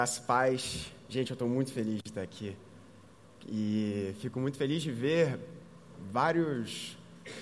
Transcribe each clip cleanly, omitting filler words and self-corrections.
As paz, gente, eu estou muito feliz de estar aqui e fico muito feliz de ver várias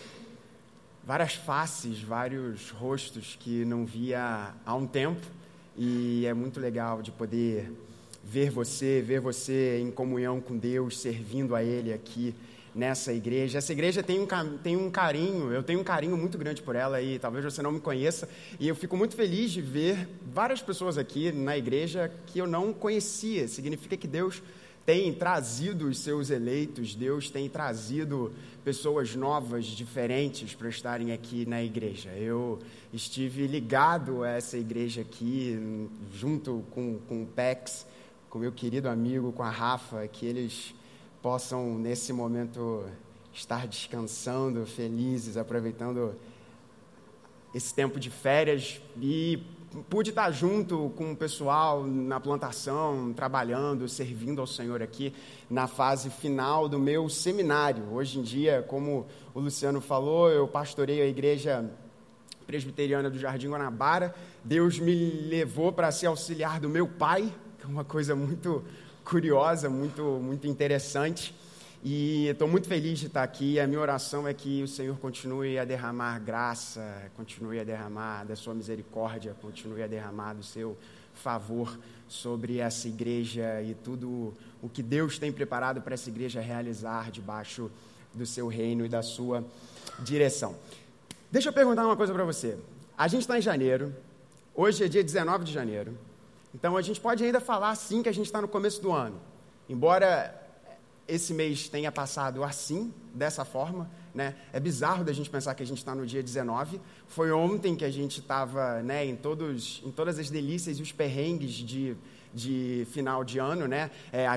faces, vários rostos que não via há um tempo, e é muito legal de poder ver você em comunhão com Deus, servindo a Ele aqui nessa igreja. Essa igreja tem um carinho, eu tenho um carinho muito grande por ela, e talvez você não me conheça, e eu fico muito feliz de ver várias pessoas aqui na igreja que eu não conhecia. Significa que Deus tem trazido os seus eleitos, Deus tem trazido pessoas novas, diferentes, para estarem aqui na igreja. Eu estive ligado a essa igreja aqui, junto com o Pex, com meu querido amigo, com a Rafa, que eles possam, nesse momento, estar descansando, felizes, aproveitando esse tempo de férias, e pude estar junto com o pessoal na plantação, trabalhando, servindo ao Senhor aqui na fase final do meu seminário. Hoje em dia, como o Luciano falou, eu pastoreio a igreja presbiteriana do Jardim Guanabara. Deus me levou para ser auxiliar do meu pai, que é uma coisa muito curiosa, muito interessante, e estou muito feliz de estar aqui. A minha oração é que o Senhor continue a derramar graça, continue a derramar da sua misericórdia, continue a derramar do seu favor sobre essa igreja e tudo o que Deus tem preparado para essa igreja realizar debaixo do seu reino e da sua direção. Deixa eu perguntar uma coisa para você. A gente está em janeiro, hoje é dia 19 de janeiro, então a gente pode ainda falar assim que a gente está no começo do ano, embora esse mês tenha passado assim, dessa forma, né? É bizarro da gente pensar que a gente está no dia 19, foi ontem que a gente estava, né, em todas as delícias e os perrengues de final de ano, né?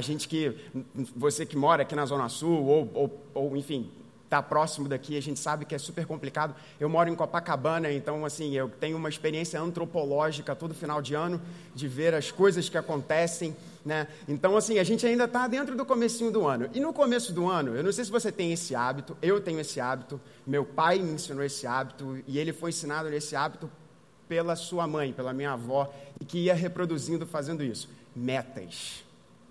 Você que mora aqui na Zona Sul, ou enfim, está próximo daqui, a gente sabe que é super complicado. Eu moro em Copacabana, então, assim, eu tenho uma experiência antropológica todo final de ano, de ver as coisas que acontecem, né? Então, assim, a gente ainda está dentro do comecinho do ano. E no começo do ano, eu não sei se você tem esse hábito, eu tenho esse hábito, meu pai me ensinou esse hábito, e ele foi ensinado nesse hábito pela sua mãe, pela minha avó, e que ia reproduzindo fazendo isso. Metas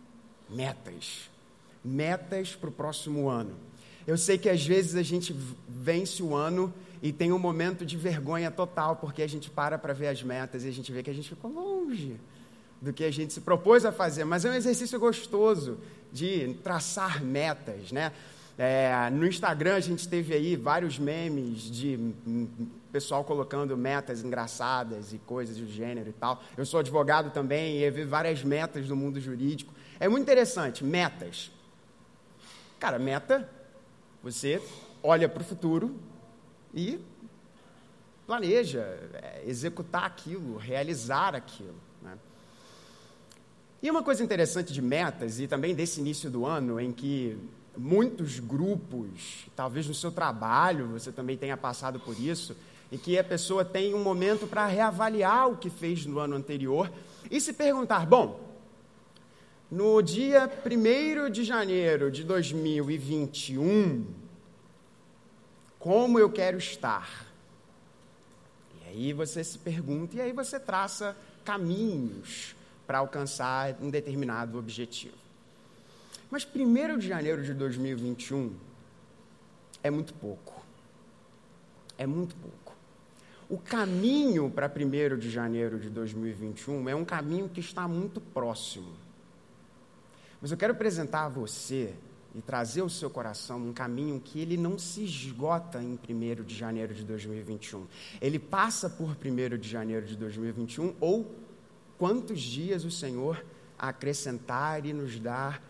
para o próximo ano. Eu sei que às vezes a gente vence o ano e tem um momento de vergonha total, porque a gente para ver as metas e a gente vê que a gente ficou longe do que a gente se propôs a fazer, mas é um exercício gostoso de traçar metas, né? No Instagram a gente teve aí vários memes de pessoal colocando metas engraçadas e coisas do gênero e tal. Eu sou advogado também e eu vi várias metas no mundo jurídico. É muito interessante, metas. Cara, meta, você olha para o futuro e planeja executar aquilo, realizar aquilo, né? E uma coisa interessante de metas, e também desse início do ano, em que muitos grupos, talvez no seu trabalho, você também tenha passado por isso, em que a pessoa tem um momento para reavaliar o que fez no ano anterior e se perguntar, bom, no dia 1º de janeiro de 2021, como eu quero estar? E aí você se pergunta, e aí você traça caminhos para alcançar um determinado objetivo. Mas 1º de janeiro de 2021 é muito pouco. É muito pouco. O caminho para 1º de janeiro de 2021 é um caminho que está muito próximo. Mas eu quero apresentar a você e trazer ao seu coração um caminho que ele não se esgota em 1º de janeiro de 2021. Ele passa por 1º de janeiro de 2021 ou quantos dias o Senhor acrescentar e nos dar,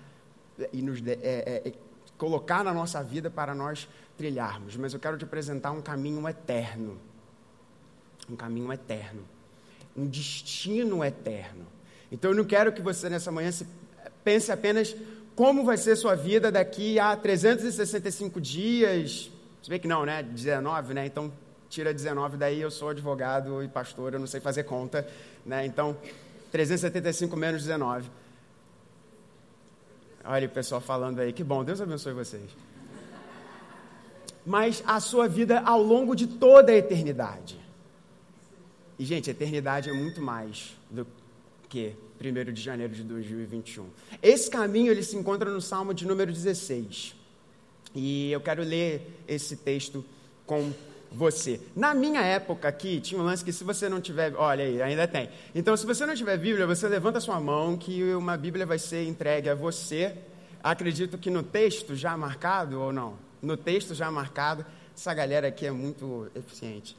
colocar na nossa vida para nós trilharmos. Mas eu quero te apresentar um caminho eterno. Um caminho eterno. Um destino eterno. Então eu não quero que você nessa manhã pense apenas como vai ser sua vida daqui a 365 dias. Você vê que não, né? 19, né? Então tira 19 daí, eu sou advogado e pastor, eu não sei fazer conta, né? Então, 375 menos 19. Olha o pessoal falando aí, que bom, Deus abençoe vocês. Mas a sua vida ao longo de toda a eternidade. E, gente, a eternidade é muito mais do que 1º de janeiro de 2021. Esse caminho ele se encontra no Salmo de número 16. E eu quero ler esse texto com você. Na minha época aqui, tinha um lance que se você não tiver... Olha aí, ainda tem. Então, se você não tiver Bíblia, você levanta a sua mão que uma Bíblia vai ser entregue a você. Acredito que no texto já marcado, ou não? No texto já marcado, essa galera aqui é muito eficiente.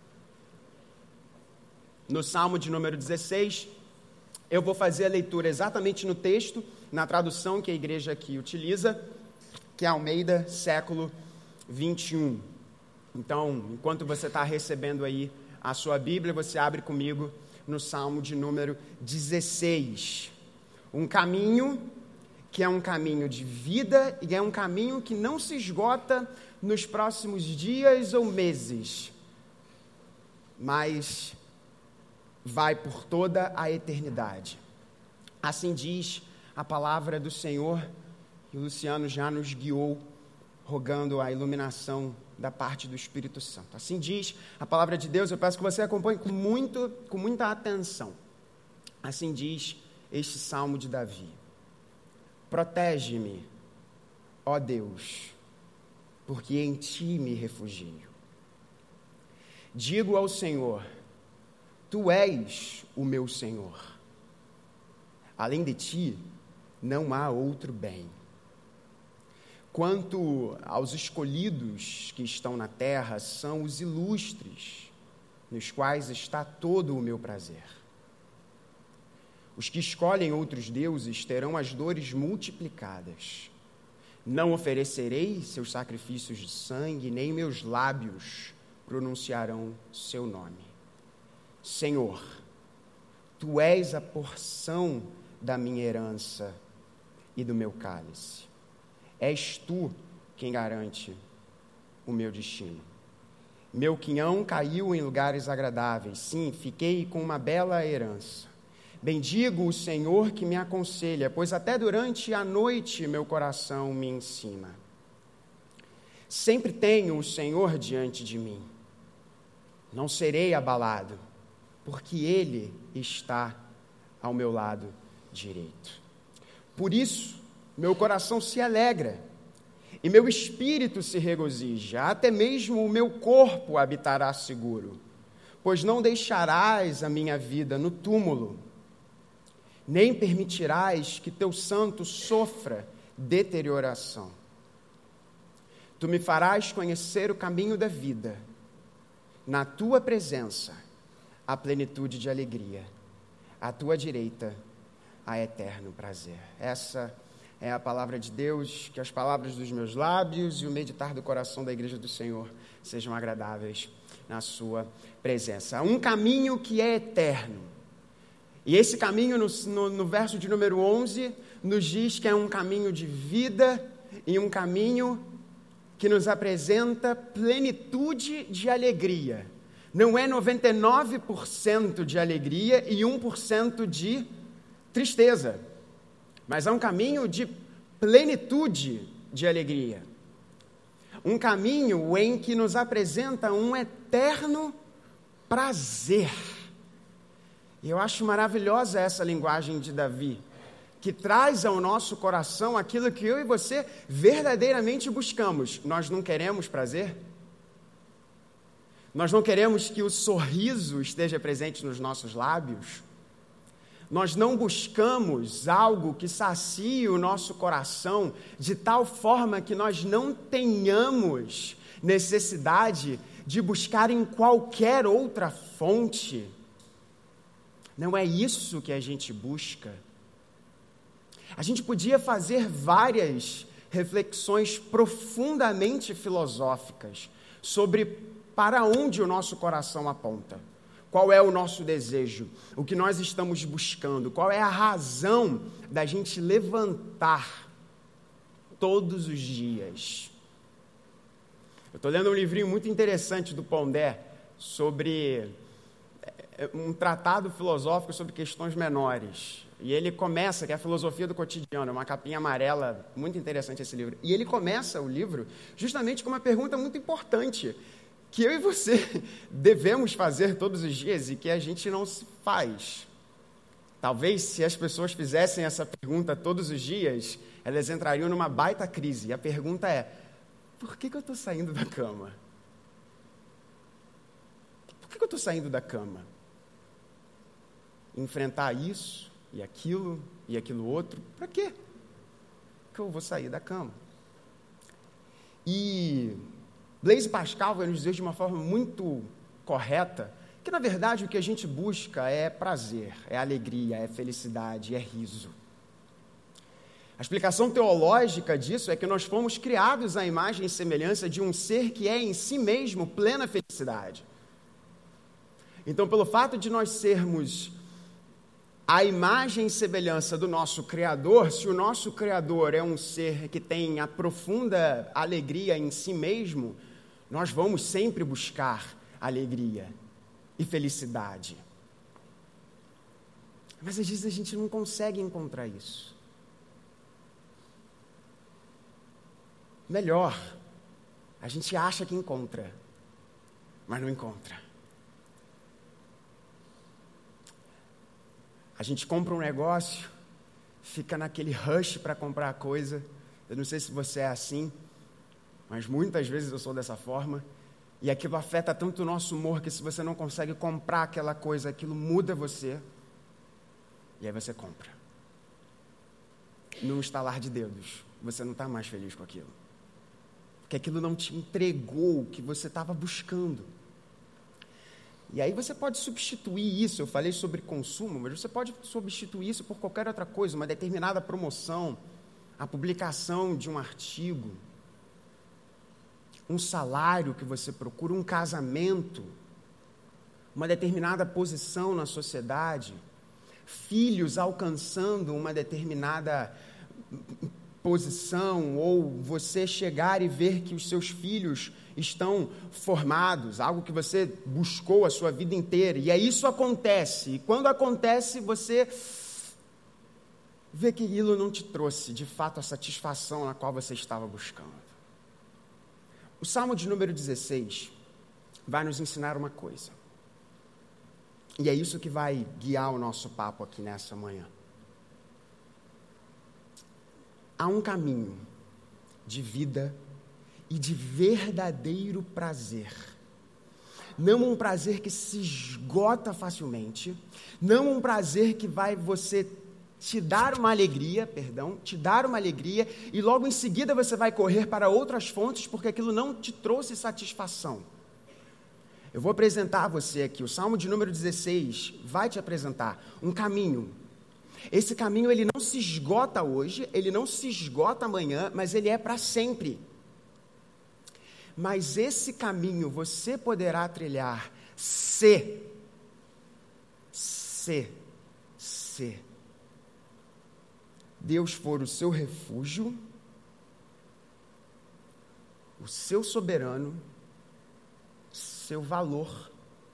No Salmo de número 16, eu vou fazer a leitura exatamente no texto, na tradução que a igreja aqui utiliza, que é Almeida, século 21. Então, enquanto você está recebendo aí a sua Bíblia, você abre comigo no Salmo de número 16. Um caminho que é um caminho de vida e é um caminho que não se esgota nos próximos dias ou meses, mas vai por toda a eternidade. Assim diz a palavra do Senhor, e o Luciano já nos guiou, rogando a iluminação da parte do Espírito Santo. Assim diz a palavra de Deus, eu peço que você acompanhe com muita atenção. Assim diz este Salmo de Davi. Protege-me, ó Deus, porque em ti me refugio. Digo ao Senhor, tu és o meu Senhor. Além de ti, não há outro bem. Quanto aos escolhidos que estão na terra, são os ilustres, nos quais está todo o meu prazer. Os que escolhem outros deuses terão as dores multiplicadas. Não oferecerei seus sacrifícios de sangue, nem meus lábios pronunciarão seu nome. Senhor, tu és a porção da minha herança e do meu cálice. És tu quem garante o meu destino. Meu quinhão caiu em lugares agradáveis. Sim, fiquei com uma bela herança. Bendigo o Senhor que me aconselha, pois até durante a noite meu coração me ensina. Sempre tenho o Senhor diante de mim. Não serei abalado, porque Ele está ao meu lado direito. Por isso, meu coração se alegra e meu espírito se regozija, até mesmo o meu corpo habitará seguro, pois não deixarás a minha vida no túmulo, nem permitirás que teu santo sofra deterioração. Tu me farás conhecer o caminho da vida, na tua presença, a plenitude de alegria, à tua direita, a eterno prazer. Essa é a palavra de Deus, que as palavras dos meus lábios e o meditar do coração da igreja do Senhor sejam agradáveis na sua presença. Um caminho que é eterno. E esse caminho, no verso de número 11, nos diz que é um caminho de vida e um caminho que nos apresenta plenitude de alegria. Não é 99% de alegria e 1% de tristeza, mas é um caminho de plenitude de alegria. Um caminho em que nos apresenta um eterno prazer. E eu acho maravilhosa essa linguagem de Davi, que traz ao nosso coração aquilo que eu e você verdadeiramente buscamos. Nós não queremos prazer? Nós não queremos que o sorriso esteja presente nos nossos lábios? Nós não buscamos algo que sacie o nosso coração de tal forma que nós não tenhamos necessidade de buscar em qualquer outra fonte. Não é isso que a gente busca. A gente podia fazer várias reflexões profundamente filosóficas sobre para onde o nosso coração aponta. Qual é o nosso desejo? O que nós estamos buscando? Qual é a razão da gente levantar todos os dias? Eu estou lendo um livrinho muito interessante do Pondé sobre um tratado filosófico sobre questões menores. E ele começa, que é a filosofia do cotidiano, é uma capinha amarela, muito interessante esse livro. E ele começa o livro justamente com uma pergunta muito importante, que eu e você devemos fazer todos os dias e que a gente não se faz, Talvez, se as pessoas fizessem essa pergunta todos os dias, elas entrariam numa baita crise. E a pergunta é, por que eu estou saindo da cama? Por que eu estou saindo da cama? Enfrentar isso e aquilo outro, para quê que eu vou sair da cama? E Blaise Pascal vai nos dizer de uma forma muito correta que, na verdade, o que a gente busca é prazer, é alegria, é felicidade, é riso. A explicação teológica disso é que nós fomos criados à imagem e semelhança de um ser que é em si mesmo plena felicidade. Então, pelo fato de nós sermos a imagem e semelhança do nosso Criador, se o nosso Criador é um ser que tem a profunda alegria em si mesmo, nós vamos sempre buscar alegria e felicidade. Mas às vezes a gente não consegue encontrar isso. Melhor, a gente acha que encontra, mas não encontra. A gente compra um negócio, fica naquele rush para comprar a coisa. Eu não sei se você é assim, mas muitas vezes eu sou dessa forma. E aquilo afeta tanto o nosso humor que se você não consegue comprar aquela coisa, aquilo muda você. E aí você compra. Num estalar de dedos, você não está mais feliz com aquilo. Porque aquilo não te entregou o que você estava buscando. E aí você pode substituir isso, eu falei sobre consumo, mas você pode substituir isso por qualquer outra coisa, uma determinada promoção, a publicação de um artigo, um salário que você procura, um casamento, uma determinada posição na sociedade, filhos alcançando uma determinada posição, ou você chegar e ver que os seus filhos estão formados, algo que você buscou a sua vida inteira, e aí isso acontece, e quando acontece você vê que aquilo não te trouxe de fato a satisfação na qual você estava buscando. O Salmo de número 16 vai nos ensinar uma coisa. E é isso que vai guiar o nosso papo aqui nessa manhã. Há um caminho de vida e de verdadeiro prazer. Não um prazer que se esgota facilmente, não um prazer que vai te dar uma alegria, e logo em seguida você vai correr para outras fontes porque aquilo não te trouxe satisfação. Eu vou apresentar a você aqui, o Salmo de número 16 vai te apresentar um caminho. Esse caminho ele não se esgota hoje, ele não se esgota amanhã, mas ele é para sempre. Mas esse caminho você poderá trilhar se Deus for o seu refúgio, o seu soberano, seu valor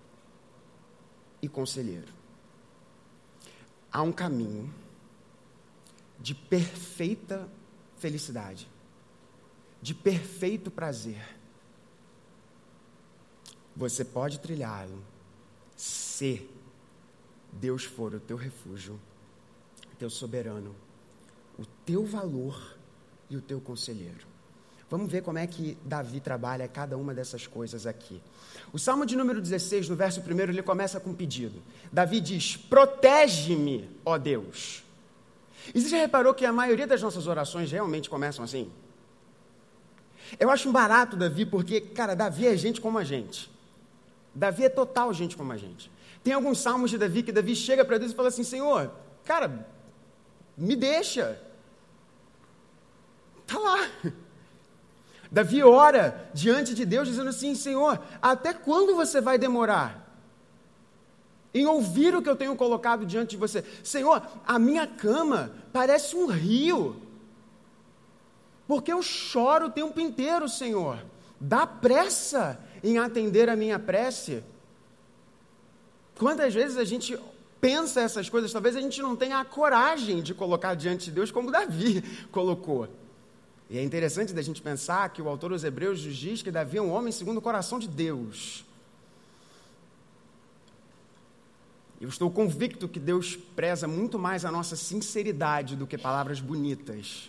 e conselheiro. Há um caminho de perfeita felicidade, de perfeito prazer. Você pode trilhá-lo se Deus for o teu refúgio, o teu soberano, o teu valor e o teu conselheiro. Vamos ver como é que Davi trabalha cada uma dessas coisas aqui. O Salmo de número 16, no verso 1, ele começa com um pedido. Davi diz, protege-me, ó Deus. E você já reparou que a maioria das nossas orações realmente começam assim? Eu acho um barato Davi, porque, cara, Davi é gente como a gente. Davi é total gente como a gente. Tem alguns salmos de Davi que Davi chega para Deus e fala assim, Senhor, cara, me deixa. Tá lá. Davi ora diante de Deus dizendo assim, Senhor, até quando você vai demorar em ouvir o que eu tenho colocado diante de você? Senhor, a minha cama parece um rio, porque eu choro o tempo inteiro, Senhor. Dá pressa em atender a minha prece. Quantas vezes a gente pensa essas coisas, talvez a gente não tenha a coragem de colocar diante de Deus como Davi colocou. E é interessante da gente pensar que o autor dos Hebreus nos diz que Davi é um homem segundo o coração de Deus. Eu estou convicto que Deus preza muito mais a nossa sinceridade do que palavras bonitas.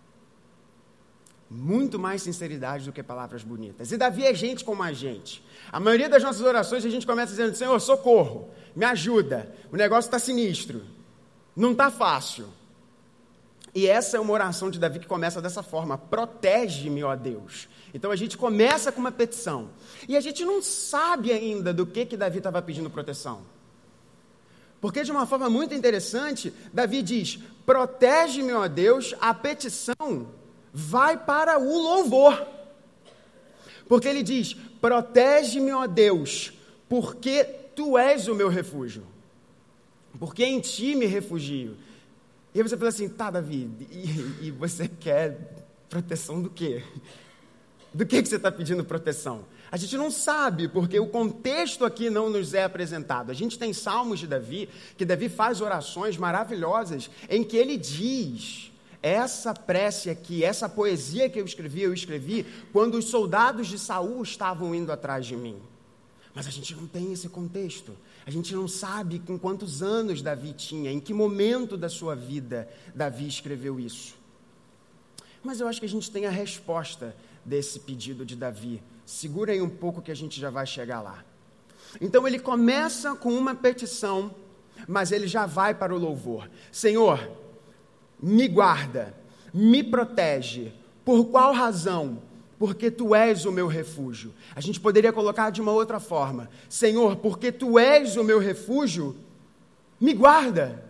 Muito mais sinceridade do que palavras bonitas. E Davi é gente como a gente. A maioria das nossas orações a gente começa dizendo: Senhor, socorro, me ajuda, o negócio está sinistro, não está fácil. E essa é uma oração de Davi que começa dessa forma: protege-me, ó Deus. Então a gente começa com uma petição. E a gente não sabe ainda do que Davi estava pedindo proteção. Porque de uma forma muito interessante, Davi diz: protege-me, ó Deus, a petição vai para o louvor. Porque ele diz: protege-me, ó Deus, porque tu és o meu refúgio. Porque em ti me refugio. E aí você fala assim: tá, Davi, e você quer proteção do quê? Do que você está pedindo proteção? A gente não sabe, porque o contexto aqui não nos é apresentado. A gente tem salmos de Davi, que Davi faz orações maravilhosas, em que ele diz: essa prece aqui, essa poesia que eu escrevi quando os soldados de Saul estavam indo atrás de mim. Mas a gente não tem esse contexto. A gente não sabe com quantos anos Davi tinha, em que momento da sua vida Davi escreveu isso. Mas eu acho que a gente tem a resposta desse pedido de Davi. Segura aí um pouco que a gente já vai chegar lá. Então ele começa com uma petição, mas ele já vai para o louvor. Senhor, me guarda, me protege. Por qual razão? Porque tu és o meu refúgio. A gente poderia colocar de uma outra forma: Senhor, porque tu és o meu refúgio, me guarda.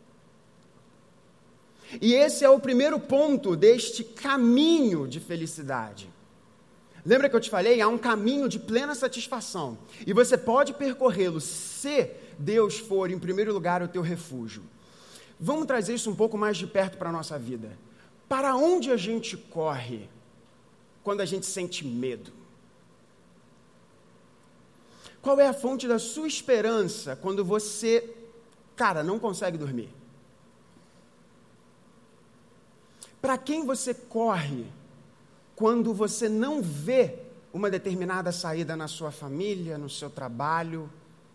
E esse é o primeiro ponto deste caminho de felicidade. Lembra que eu te falei? Há um caminho de plena satisfação. E você pode percorrê-lo se Deus for, em primeiro lugar, o teu refúgio. Vamos trazer isso um pouco mais de perto para a nossa vida. Para onde a gente corre quando a gente sente medo? Qual é a fonte da sua esperança quando você, não consegue dormir? Para quem você corre quando você não vê uma determinada saída na sua família, no seu trabalho,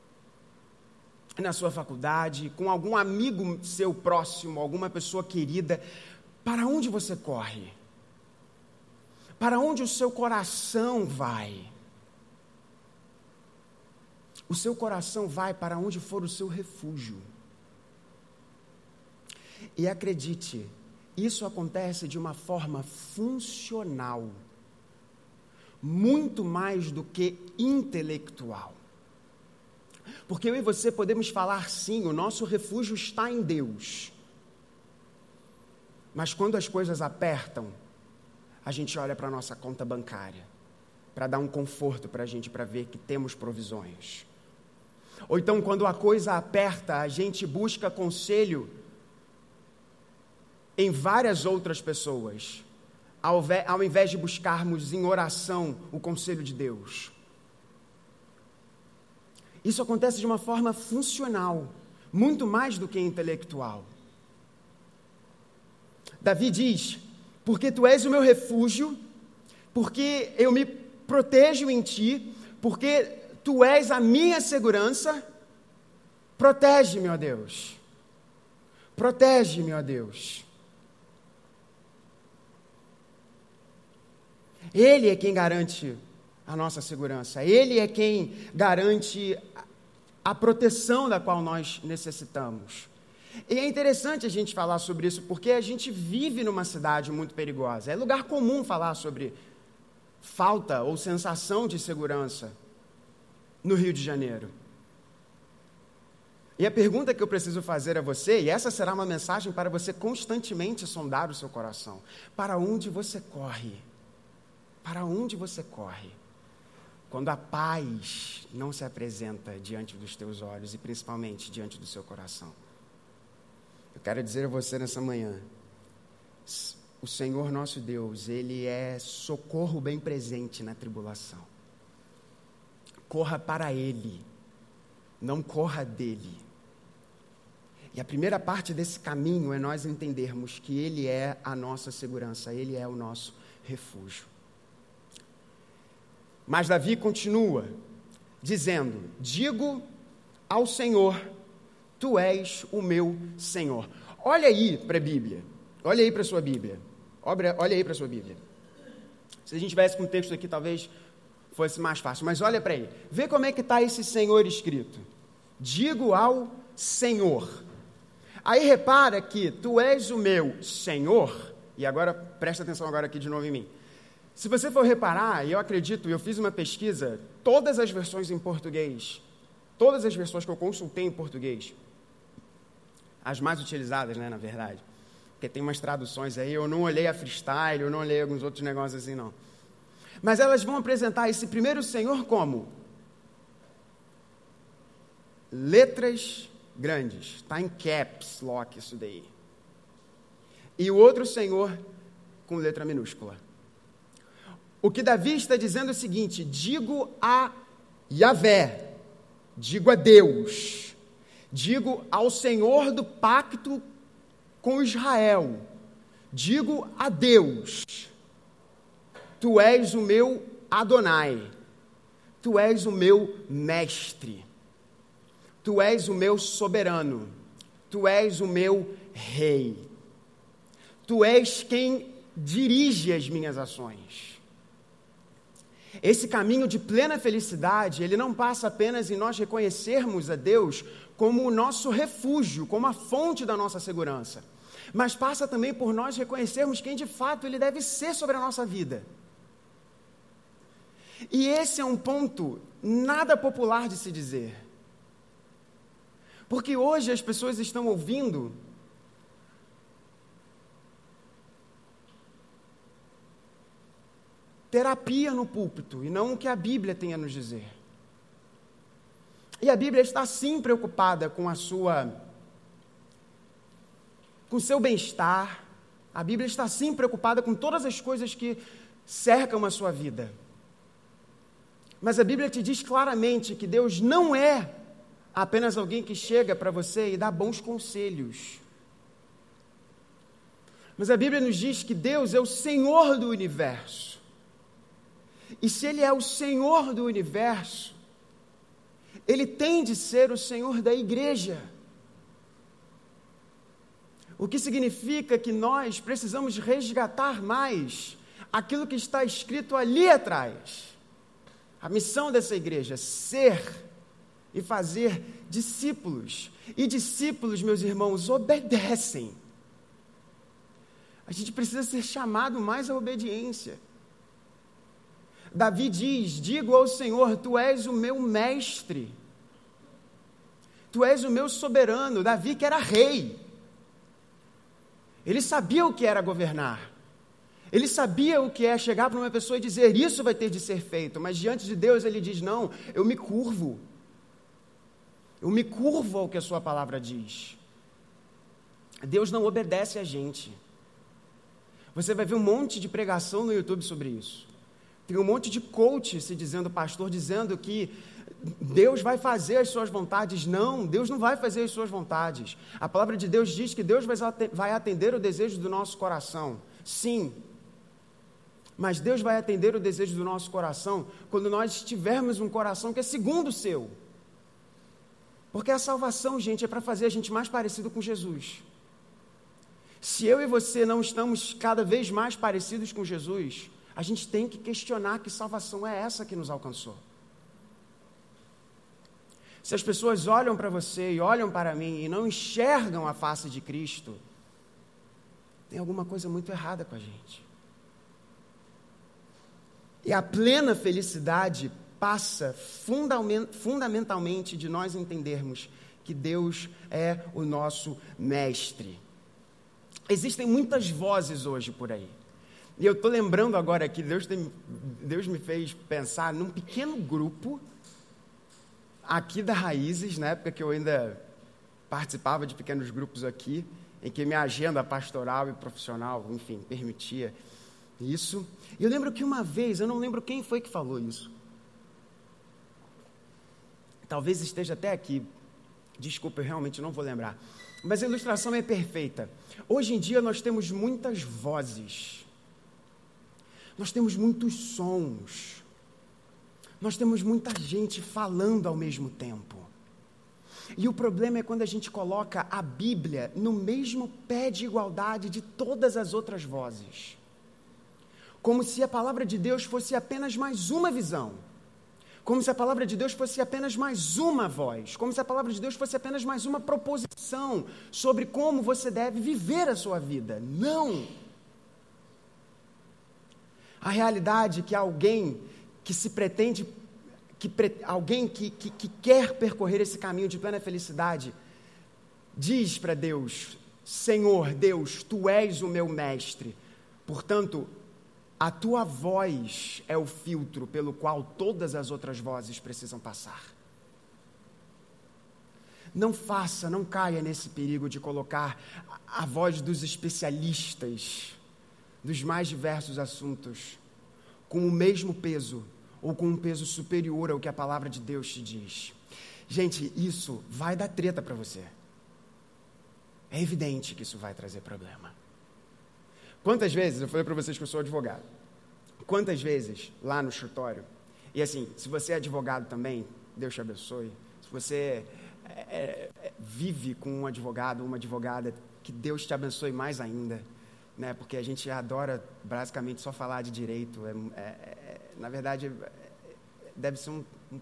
na sua faculdade, com algum amigo seu próximo, alguma pessoa querida? Para onde você corre? Para onde o seu coração vai? O seu coração vai para onde for o seu refúgio. E acredite, isso acontece de uma forma funcional, muito mais do que intelectual. Porque eu e você podemos falar sim, o nosso refúgio está em Deus. Mas quando as coisas apertam, a gente olha para a nossa conta bancária, para dar um conforto para a gente, para ver que temos provisões. Ou então, quando a coisa aperta, a gente busca conselho em várias outras pessoas, ao invés de buscarmos em oração o conselho de Deus. Isso acontece de uma forma funcional, muito mais do que intelectual. Davi diz: porque tu és o meu refúgio, porque eu me protejo em ti, porque tu és a minha segurança, protege-me, ó Deus. Protege-me, ó Deus. Ele é quem garante a nossa segurança. Ele é quem garante a proteção da qual nós necessitamos. E é interessante a gente falar sobre isso, porque a gente vive numa cidade muito perigosa. É lugar comum falar sobre falta ou sensação de segurança no Rio de Janeiro. E a pergunta que eu preciso fazer a você, e essa será uma mensagem para você constantemente sondar o seu coração: para onde você corre? Para onde você corre quando a paz não se apresenta diante dos teus olhos e principalmente diante do seu coração? Eu quero dizer a você nessa manhã, o Senhor nosso Deus, Ele é socorro bem presente na tribulação. Corra para Ele, não corra dele. E a primeira parte desse caminho é nós entendermos que Ele é a nossa segurança, Ele é o nosso refúgio. Mas Davi continua dizendo: digo ao Senhor, Tu és o meu Senhor. Olha aí para a Bíblia. Olha aí para a sua Bíblia. Olha aí para a sua Bíblia. Se a gente tivesse com o texto aqui, talvez fosse mais fácil. Mas olha para aí. Vê como é que está esse Senhor escrito. Digo ao Senhor. Aí repara que tu és o meu Senhor. E agora, presta atenção agora aqui de novo em mim. Se você for reparar, e eu acredito, eu fiz uma pesquisa, todas as versões em português, todas as versões que eu consultei em português, as mais utilizadas, né, na verdade, porque tem umas traduções aí, eu não olhei a Freestyle, eu não olhei alguns outros negócios assim, não. Mas elas vão apresentar esse primeiro Senhor como? Letras grandes, está em caps lock isso daí. E o outro Senhor com letra minúscula. O que Davi está dizendo é o seguinte: digo a Yahvé, digo a Deus, digo ao Senhor do pacto com Israel, digo a Deus, tu és o meu Adonai, tu és o meu mestre, tu és o meu soberano, tu és o meu rei, tu és quem dirige as minhas ações. Esse caminho de plena felicidade, ele não passa apenas em nós reconhecermos a Deus como o nosso refúgio, como a fonte da nossa segurança, mas passa também por nós reconhecermos quem de fato Ele deve ser sobre a nossa vida. E esse é um ponto nada popular de se dizer, porque hoje as pessoas estão ouvindo terapia no púlpito, e não o que a Bíblia tem a nos dizer. E a Bíblia está sim preocupada com o seu bem-estar, a Bíblia está sim preocupada com todas as coisas que cercam a sua vida. Mas a Bíblia te diz claramente que Deus não é apenas alguém que chega para você e dá bons conselhos. Mas a Bíblia nos diz que Deus é o Senhor do universo. E se Ele é o Senhor do universo, Ele tem de ser o Senhor da igreja. O que significa que nós precisamos resgatar mais aquilo que está escrito ali atrás. A missão dessa igreja, ser e fazer discípulos. E discípulos, meus irmãos, obedecem. A gente precisa ser chamado mais à obediência. Davi diz: digo ao Senhor, tu és o meu mestre, tu és o meu soberano. Davi que era rei, ele sabia o que era governar, ele sabia o que é chegar para uma pessoa e dizer, isso vai ter de ser feito, mas diante de Deus ele diz, não, eu me curvo ao que a sua palavra diz. Deus não obedece a gente. Você vai ver um monte de pregação no YouTube sobre isso. Tem um monte de coach se dizendo, pastor, dizendo que Deus vai fazer as suas vontades. Não, Deus não vai fazer as suas vontades. A palavra de Deus diz que Deus vai atender o desejo do nosso coração. Sim, mas Deus vai atender o desejo do nosso coração quando nós tivermos um coração que é segundo o seu. Porque a salvação, gente, é para fazer a gente mais parecido com Jesus. Se eu e você não estamos cada vez mais parecidos com Jesus, a gente tem que questionar que salvação é essa que nos alcançou. Se as pessoas olham para você e olham para mim e não enxergam a face de Cristo, tem alguma coisa muito errada com a gente. E a plena felicidade passa fundamentalmente de nós entendermos que Deus é o nosso mestre. Existem muitas vozes hoje por aí. E eu estou lembrando agora que Deus me fez pensar num pequeno grupo aqui da Raízes, na época que eu ainda participava de pequenos grupos aqui, em que minha agenda pastoral e profissional, enfim, permitia isso. E eu lembro que uma vez, eu não lembro quem foi que falou isso. Talvez esteja até aqui. Desculpa, eu realmente não vou lembrar. Mas a ilustração é perfeita. Hoje em dia nós temos muitas vozes. Nós temos muitos sons. Nós temos muita gente falando ao mesmo tempo. E o problema é quando a gente coloca a Bíblia no mesmo pé de igualdade de todas as outras vozes. Como se a palavra de Deus fosse apenas mais uma visão. Como se a palavra de Deus fosse apenas mais uma voz. Como se a palavra de Deus fosse apenas mais uma proposição sobre como você deve viver a sua vida. Não! A realidade é que alguém que se pretende, alguém que quer percorrer esse caminho de plena felicidade, diz para Deus: Senhor Deus, Tu és o meu mestre, portanto, a Tua voz é o filtro pelo qual todas as outras vozes precisam passar. Não caia nesse perigo de colocar a voz dos especialistas dos mais diversos assuntos com o mesmo peso ou com um peso superior ao que a palavra de Deus te diz. Gente, isso vai dar treta para você. É evidente que isso vai trazer problema. Quantas vezes, eu falei para vocês que eu sou advogado, quantas vezes lá no escritório, e assim, se você é advogado também, Deus te abençoe, se você vive com um advogado, uma advogada, que Deus te abençoe mais ainda, né? Porque a gente adora basicamente só falar de direito, na verdade, deve ser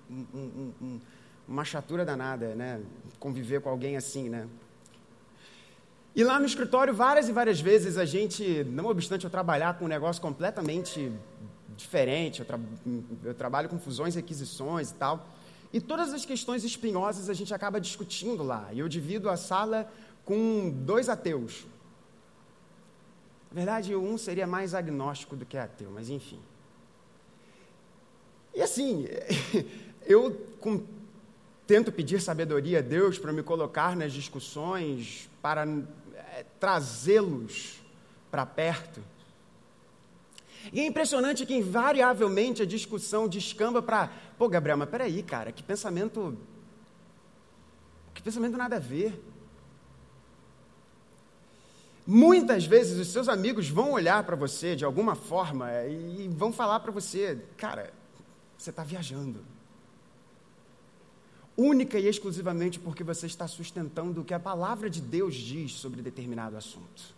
uma chatura danada, né? Conviver com alguém assim, né? E lá no escritório, várias e várias vezes, a gente, não obstante eu trabalhar com um negócio completamente diferente, eu trabalho com fusões e aquisições e tal, e todas as questões espinhosas a gente acaba discutindo lá. E eu divido a sala com 2 ateus. Na verdade, um seria mais agnóstico do que ateu, mas enfim. E assim, eu tento pedir sabedoria a Deus para me colocar nas discussões, para trazê-los para perto. E é impressionante que, invariavelmente, a discussão descamba para... Pô, Gabriel, mas peraí, cara, que pensamento nada a ver. Muitas vezes os seus amigos vão olhar para você de alguma forma e vão falar para você, cara, você está viajando. Única e exclusivamente porque você está sustentando o que a palavra de Deus diz sobre determinado assunto.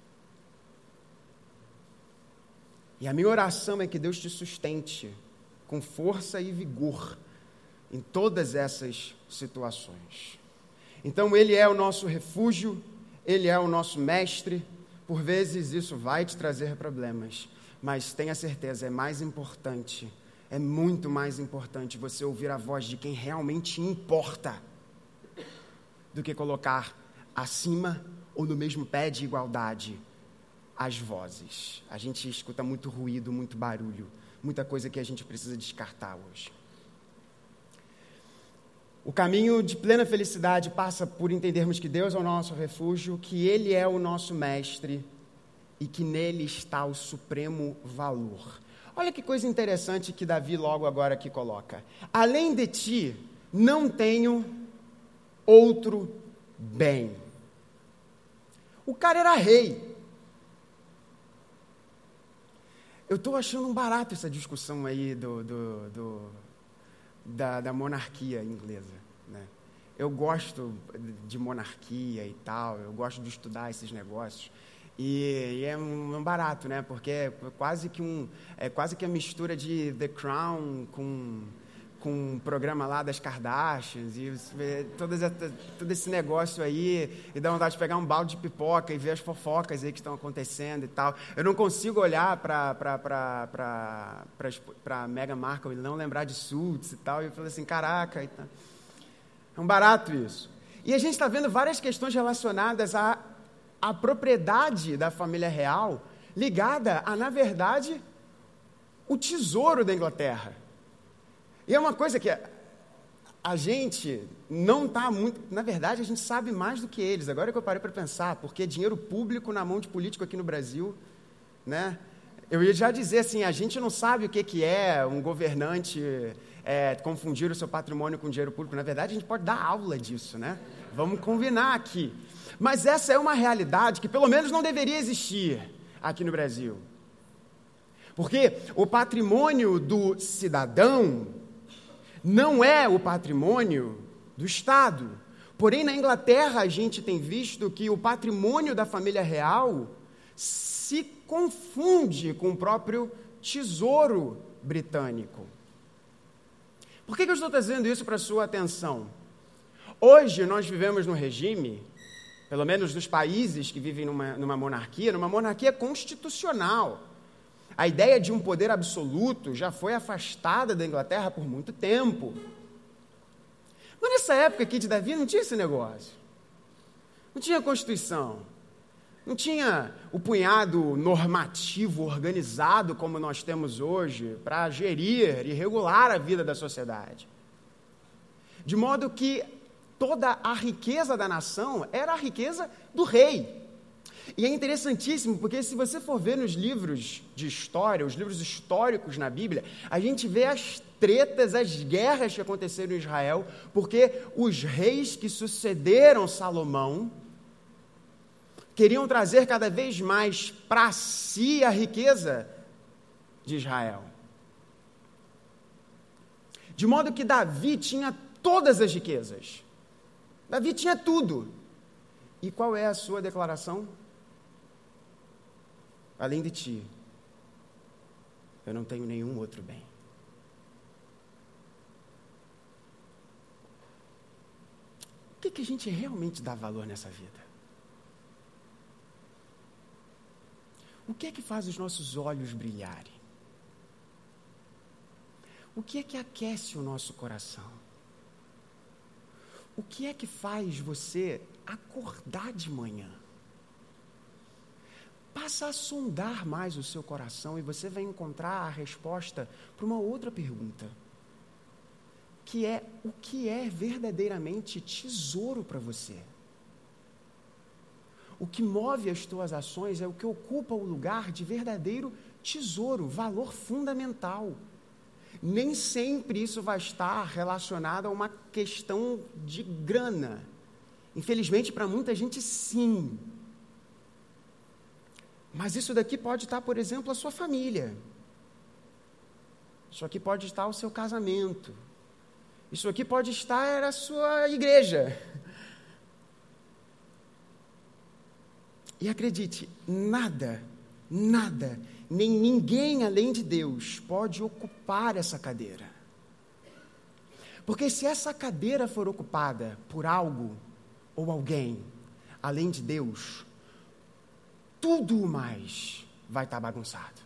E a minha oração é que Deus te sustente com força e vigor em todas essas situações. Então, Ele é o nosso refúgio, Ele é o nosso mestre. Por vezes isso vai te trazer problemas, mas tenha certeza, é muito mais importante você ouvir a voz de quem realmente importa do que colocar acima ou no mesmo pé de igualdade as vozes. A gente escuta muito ruído, muito barulho, muita coisa que a gente precisa descartar hoje. O caminho de plena felicidade passa por entendermos que Deus é o nosso refúgio, que Ele é o nosso mestre e que nele está o supremo valor. Olha que coisa interessante que Davi logo agora aqui coloca. Além de ti, não tenho outro bem. O cara era rei. Eu estou achando um barato essa discussão aí da monarquia inglesa, né? Eu gosto de monarquia e tal, eu gosto de estudar esses negócios. E é um barato, né? Porque é quase que a mistura de The Crown com um programa lá das Kardashians e todo esse negócio aí, e dá vontade de pegar um balde de pipoca e ver as fofocas aí que estão acontecendo e tal. Eu não consigo olhar para Meghan Markle e não lembrar de Suits e tal, e eu falei assim, caraca, é um barato isso. E a gente está vendo várias questões relacionadas à propriedade da família real, ligada a, na verdade, o tesouro da Inglaterra. E é uma coisa que a gente não está muito... Na verdade, a gente sabe mais do que eles. Agora que eu parei para pensar, porque dinheiro público na mão de político aqui no Brasil, né? Eu ia já dizer assim, a gente não sabe o que é um governante confundir o seu patrimônio com dinheiro público. Na verdade, a gente pode dar aula disso, né? Vamos combinar aqui. Mas essa é uma realidade que pelo menos não deveria existir aqui no Brasil. Porque o patrimônio do cidadão não é o patrimônio do Estado. Porém, na Inglaterra, a gente tem visto que o patrimônio da família real se confunde com o próprio tesouro britânico. Por que eu estou trazendo isso para a sua atenção? Hoje, nós vivemos num regime, pelo menos nos países que vivem numa monarquia constitucional. A ideia de um poder absoluto já foi afastada da Inglaterra por muito tempo. Mas nessa época aqui de Davi não tinha esse negócio. Não tinha Constituição. Não tinha o punhado normativo organizado como nós temos hoje para gerir e regular a vida da sociedade. De modo que toda a riqueza da nação era a riqueza do rei. E é interessantíssimo, porque se você for ver nos livros de história, os livros históricos na Bíblia, a gente vê as tretas, as guerras que aconteceram em Israel, porque os reis que sucederam Salomão queriam trazer cada vez mais para si a riqueza de Israel. De modo que Davi tinha todas as riquezas. Davi tinha tudo. E qual é a sua declaração? Além de ti, eu não tenho nenhum outro bem. O que a gente realmente dá valor nessa vida? O que é que faz os nossos olhos brilharem? O que é que aquece o nosso coração? O que é que faz você acordar de manhã? Passa a sondar mais o seu coração e você vai encontrar a resposta para uma outra pergunta, que é: o que é verdadeiramente tesouro para você? O que move as tuas ações é o que ocupa o lugar de verdadeiro tesouro, valor fundamental. Nem sempre isso vai estar relacionado a uma questão de grana. Infelizmente, para muita gente, sim. Mas isso daqui pode estar, por exemplo, a sua família. Isso aqui pode estar o seu casamento. Isso aqui pode estar a sua igreja. E acredite, nada, nem ninguém além de Deus pode ocupar essa cadeira. Porque se essa cadeira for ocupada por algo ou alguém além de Deus, tudo o mais vai estar bagunçado.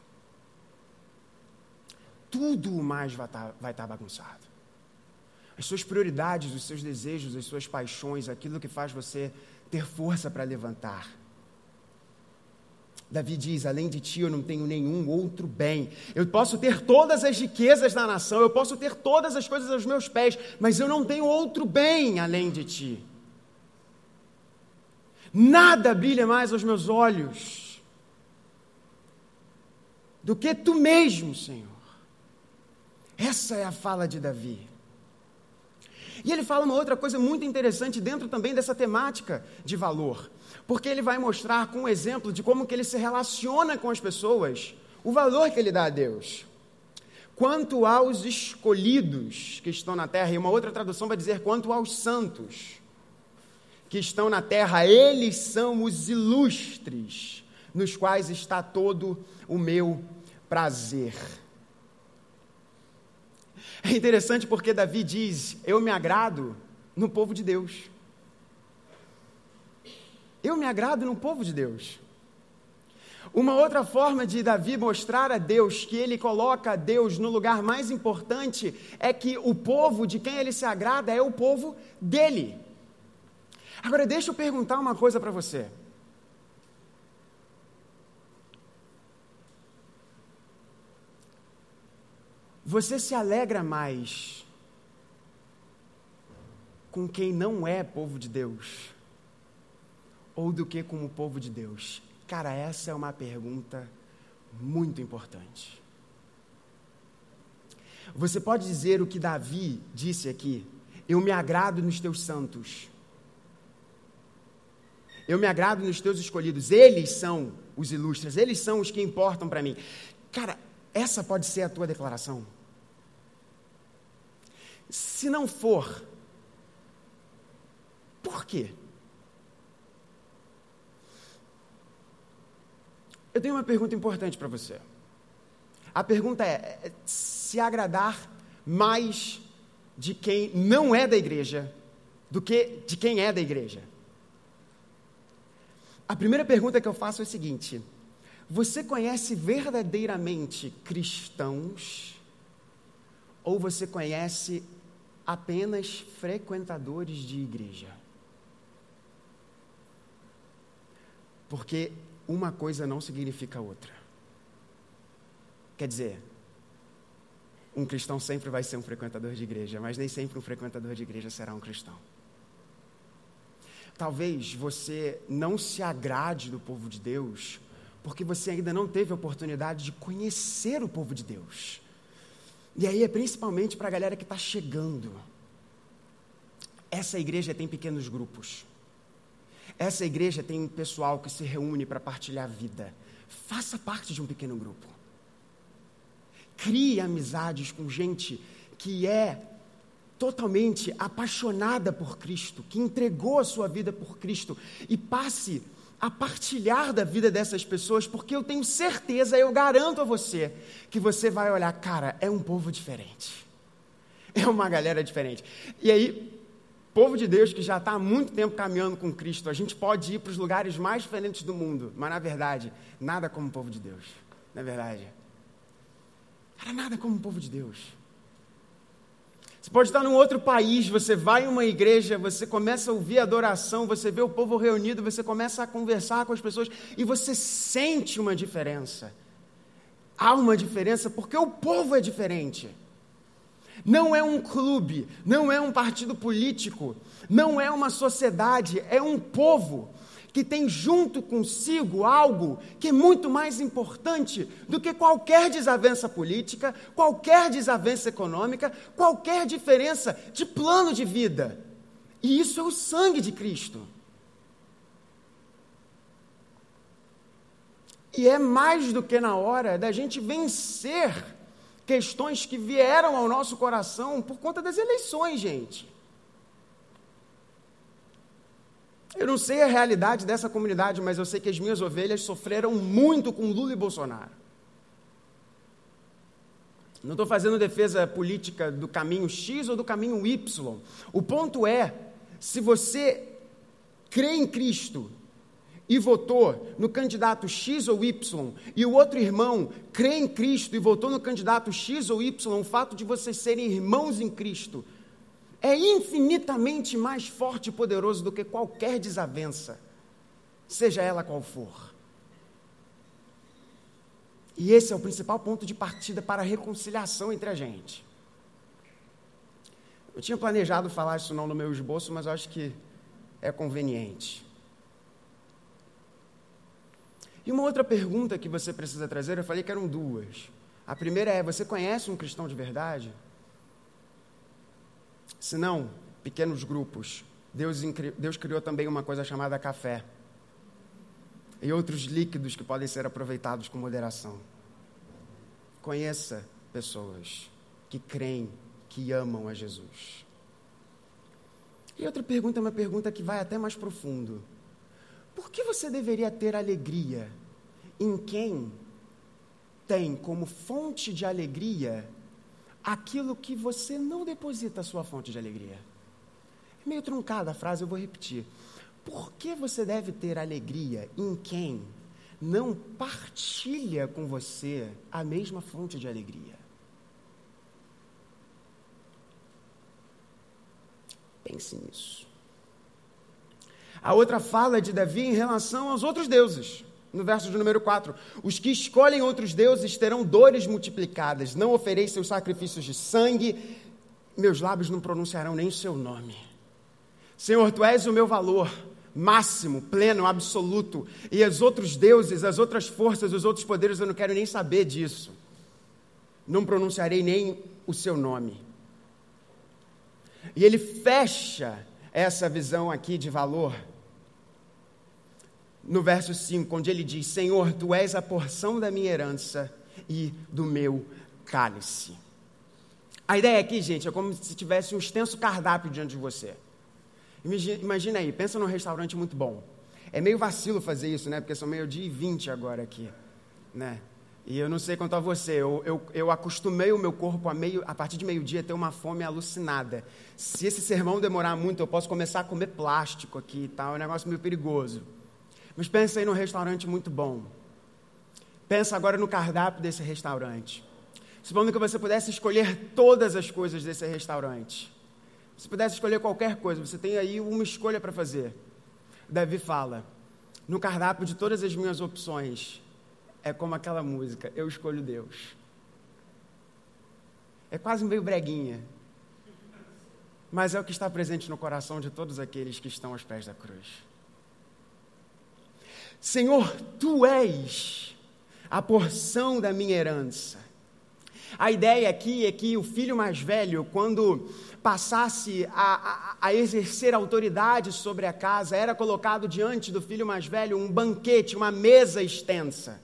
Tudo o mais vai estar bagunçado. As suas prioridades, os seus desejos, as suas paixões, aquilo que faz você ter força para levantar. Davi diz: além de ti eu não tenho nenhum outro bem. Eu posso ter todas as riquezas da nação, eu posso ter todas as coisas aos meus pés, mas eu não tenho outro bem além de ti. Nada brilha mais aos meus olhos do que tu mesmo, Senhor. Essa é a fala de Davi. E ele fala uma outra coisa muito interessante dentro também dessa temática de valor, porque ele vai mostrar com um exemplo de como que ele se relaciona com as pessoas, o valor que ele dá a Deus. Quanto aos escolhidos que estão na terra, e uma outra tradução vai dizer quanto aos santos que estão na terra, eles são os ilustres, nos quais está todo o meu prazer. É interessante porque Davi diz: eu me agrado no povo de Deus. Eu me agrado no povo de Deus. Uma outra forma de Davi mostrar a Deus que ele coloca Deus no lugar mais importante é que o povo de quem ele se agrada é o povo dele. Agora deixa eu perguntar uma coisa para você. Você se alegra mais com quem não é povo de Deus ou do que com o povo de Deus? Cara, essa é uma pergunta muito importante. Você pode dizer o que Davi disse aqui: eu me agrado nos teus santos. Eu me agrado nos teus escolhidos. Eles são os ilustres, eles são os que importam para mim. Cara, essa pode ser a tua declaração. Se não for, Por quê? Eu tenho uma pergunta importante para você. A pergunta é se agradar mais de quem não é da igreja do que de quem é da igreja. A primeira pergunta que eu faço é a seguinte: você conhece verdadeiramente cristãos ou você conhece apenas frequentadores de igreja? Porque uma coisa não significa outra. Quer dizer, um cristão sempre vai ser um frequentador de igreja, mas nem sempre um frequentador de igreja será um cristão. Talvez você não se agrade do povo de Deus, porque você ainda não teve a oportunidade de conhecer o povo de Deus. E aí é principalmente para a galera que está chegando. Essa igreja tem pequenos grupos. Essa igreja tem um pessoal que se reúne para partilhar a vida. Faça parte de um pequeno grupo. Crie amizades com gente que é totalmente apaixonada por Cristo, que entregou a sua vida por Cristo, e passe a partilhar da vida dessas pessoas, porque eu tenho certeza, eu garanto a você, que você vai olhar, cara, é um povo diferente. É uma galera diferente. E aí, povo de Deus que já está há muito tempo caminhando com Cristo, a gente pode ir para os lugares mais diferentes do mundo, mas na verdade, nada como o povo de Deus. Não é verdade? Cara, nada como o povo de Deus. Você pode estar num outro país, você vai em uma igreja, você começa a ouvir adoração, você vê o povo reunido, você começa a conversar com as pessoas e você sente uma diferença. Há uma diferença porque o povo é diferente. Não é um clube, não é um partido político, não é uma sociedade, é um povo que tem junto consigo algo que é muito mais importante do que qualquer desavença política, qualquer desavença econômica, qualquer diferença de plano de vida. E isso é o sangue de Cristo. E é mais do que na hora da gente vencer questões que vieram ao nosso coração por conta das eleições, gente. Eu não sei a realidade dessa comunidade, mas eu sei que as minhas ovelhas sofreram muito com Lula e Bolsonaro. Não estou fazendo defesa política do caminho X ou do caminho Y. O ponto é, se você crê em Cristo e votou no candidato X ou Y, e o outro irmão crê em Cristo e votou no candidato X ou Y, o fato de vocês serem irmãos em Cristo é infinitamente mais forte e poderoso do que qualquer desavença, seja ela qual for. E esse é o principal ponto de partida para a reconciliação entre a gente. Eu tinha planejado falar isso não no meu esboço, mas eu acho que é conveniente. E uma outra pergunta que você precisa trazer, eu falei que eram duas. A primeira é, você conhece um cristão de verdade? Se não, pequenos grupos. Deus criou também uma coisa chamada café. E outros líquidos que podem ser aproveitados com moderação. Conheça pessoas que creem, que amam a Jesus. E outra pergunta é uma pergunta que vai até mais profundo. Por que você deveria ter alegria em quem tem como fonte de alegria aquilo que você não deposita a sua fonte de alegria? É meio truncada a frase, eu vou repetir. Por que você deve ter alegria em quem não partilha com você a mesma fonte de alegria? Pense nisso. A outra fala de Davi em relação aos outros deuses. No verso de número 4, os que escolhem outros deuses terão dores multiplicadas, não ofereçam sacrifícios de sangue, meus lábios não pronunciarão nem o seu nome. Senhor, Tu és o meu valor máximo, pleno, absoluto, e os outros deuses, as outras forças, os outros poderes, eu não quero nem saber disso. Não pronunciarei nem o seu nome. E ele fecha essa visão aqui de valor no verso 5, onde ele diz, Senhor, Tu és a porção da minha herança e do meu cálice. A ideia aqui, gente, é como se tivesse um extenso cardápio diante de você. Imagina aí, pensa num restaurante muito bom. É meio vacilo fazer isso, né? Porque são 12:20 agora aqui, né? E eu não sei quanto a você, eu acostumei o meu corpo a partir de meio-dia ter uma fome alucinada. Se esse sermão demorar muito, eu posso começar a comer plástico aqui e tal, é um negócio meio perigoso. Mas pensa aí num restaurante muito bom. Pensa agora no cardápio desse restaurante. Supondo que você pudesse escolher todas as coisas desse restaurante. Se pudesse escolher qualquer coisa, você tem aí uma escolha para fazer. Davi fala, no cardápio de todas as minhas opções, é como aquela música, eu escolho Deus. É quase meio breguinha, mas é o que está presente no coração de todos aqueles que estão aos pés da cruz. Senhor, Tu és a porção da minha herança. A ideia aqui é que o filho mais velho, quando passasse a exercer autoridade sobre a casa, era colocado diante do filho mais velho um banquete, uma mesa extensa.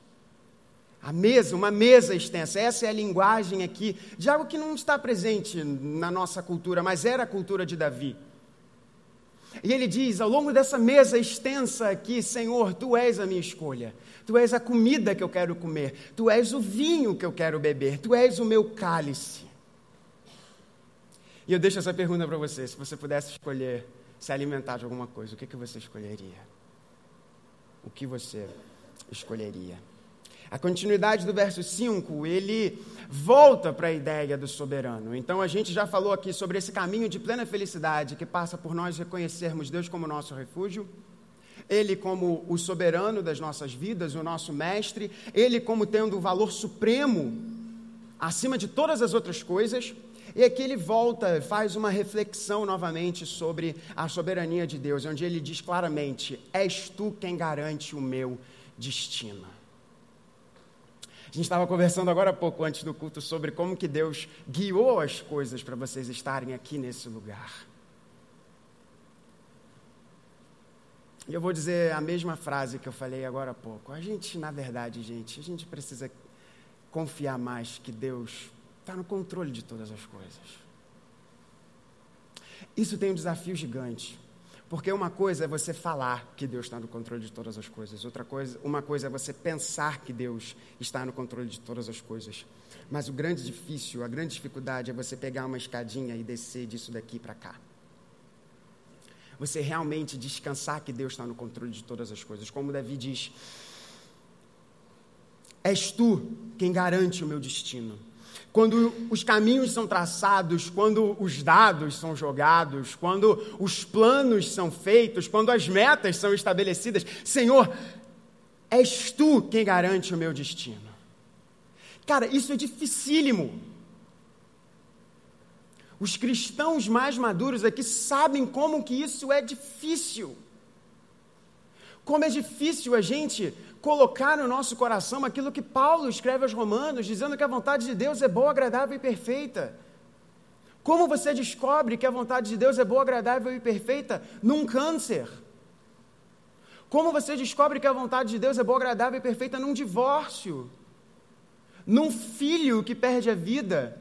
Uma mesa extensa. Essa é a linguagem aqui de algo que não está presente na nossa cultura, mas era a cultura de Davi. E ele diz, ao longo dessa mesa extensa aqui, Senhor, Tu és a minha escolha. Tu és a comida que eu quero comer. Tu és o vinho que eu quero beber. Tu és o meu cálice. E eu deixo essa pergunta para você. Se você pudesse escolher se alimentar de alguma coisa, o que você escolheria? O que você escolheria? A continuidade do verso 5, ele volta para a ideia do soberano. Então, a gente já falou aqui sobre esse caminho de plena felicidade que passa por nós reconhecermos Deus como nosso refúgio, Ele como o soberano das nossas vidas, o nosso mestre, Ele como tendo o valor supremo acima de todas as outras coisas. E aqui ele volta, faz uma reflexão novamente sobre a soberania de Deus, onde ele diz claramente, és Tu quem garante o meu destino. A gente estava conversando agora há pouco, antes do culto, sobre como que Deus guiou as coisas para vocês estarem aqui nesse lugar. E eu vou dizer a mesma frase que eu falei agora há pouco. A gente, na verdade, a gente precisa confiar mais que Deus está no controle de todas as coisas. Isso tem um desafio gigante. Porque uma coisa é você falar que Deus está no controle de todas as coisas. Uma coisa é você pensar que Deus está no controle de todas as coisas. Mas a grande dificuldade é você pegar uma escadinha e descer disso daqui para cá. Você realmente descansar que Deus está no controle de todas as coisas. Como Davi diz, és Tu quem garante o meu destino. Quando os caminhos são traçados, quando os dados são jogados, quando os planos são feitos, quando as metas são estabelecidas, Senhor, és Tu quem garante o meu destino. Cara, isso é dificílimo. Os cristãos mais maduros aqui sabem como que isso é difícil. Como é difícil a gente colocar no nosso coração aquilo que Paulo escreve aos Romanos, dizendo que a vontade de Deus é boa, agradável e perfeita. Como você descobre que a vontade de Deus é boa, agradável e perfeita? Num câncer. Como você descobre que a vontade de Deus é boa, agradável e perfeita? Num divórcio. Num filho que perde a vida.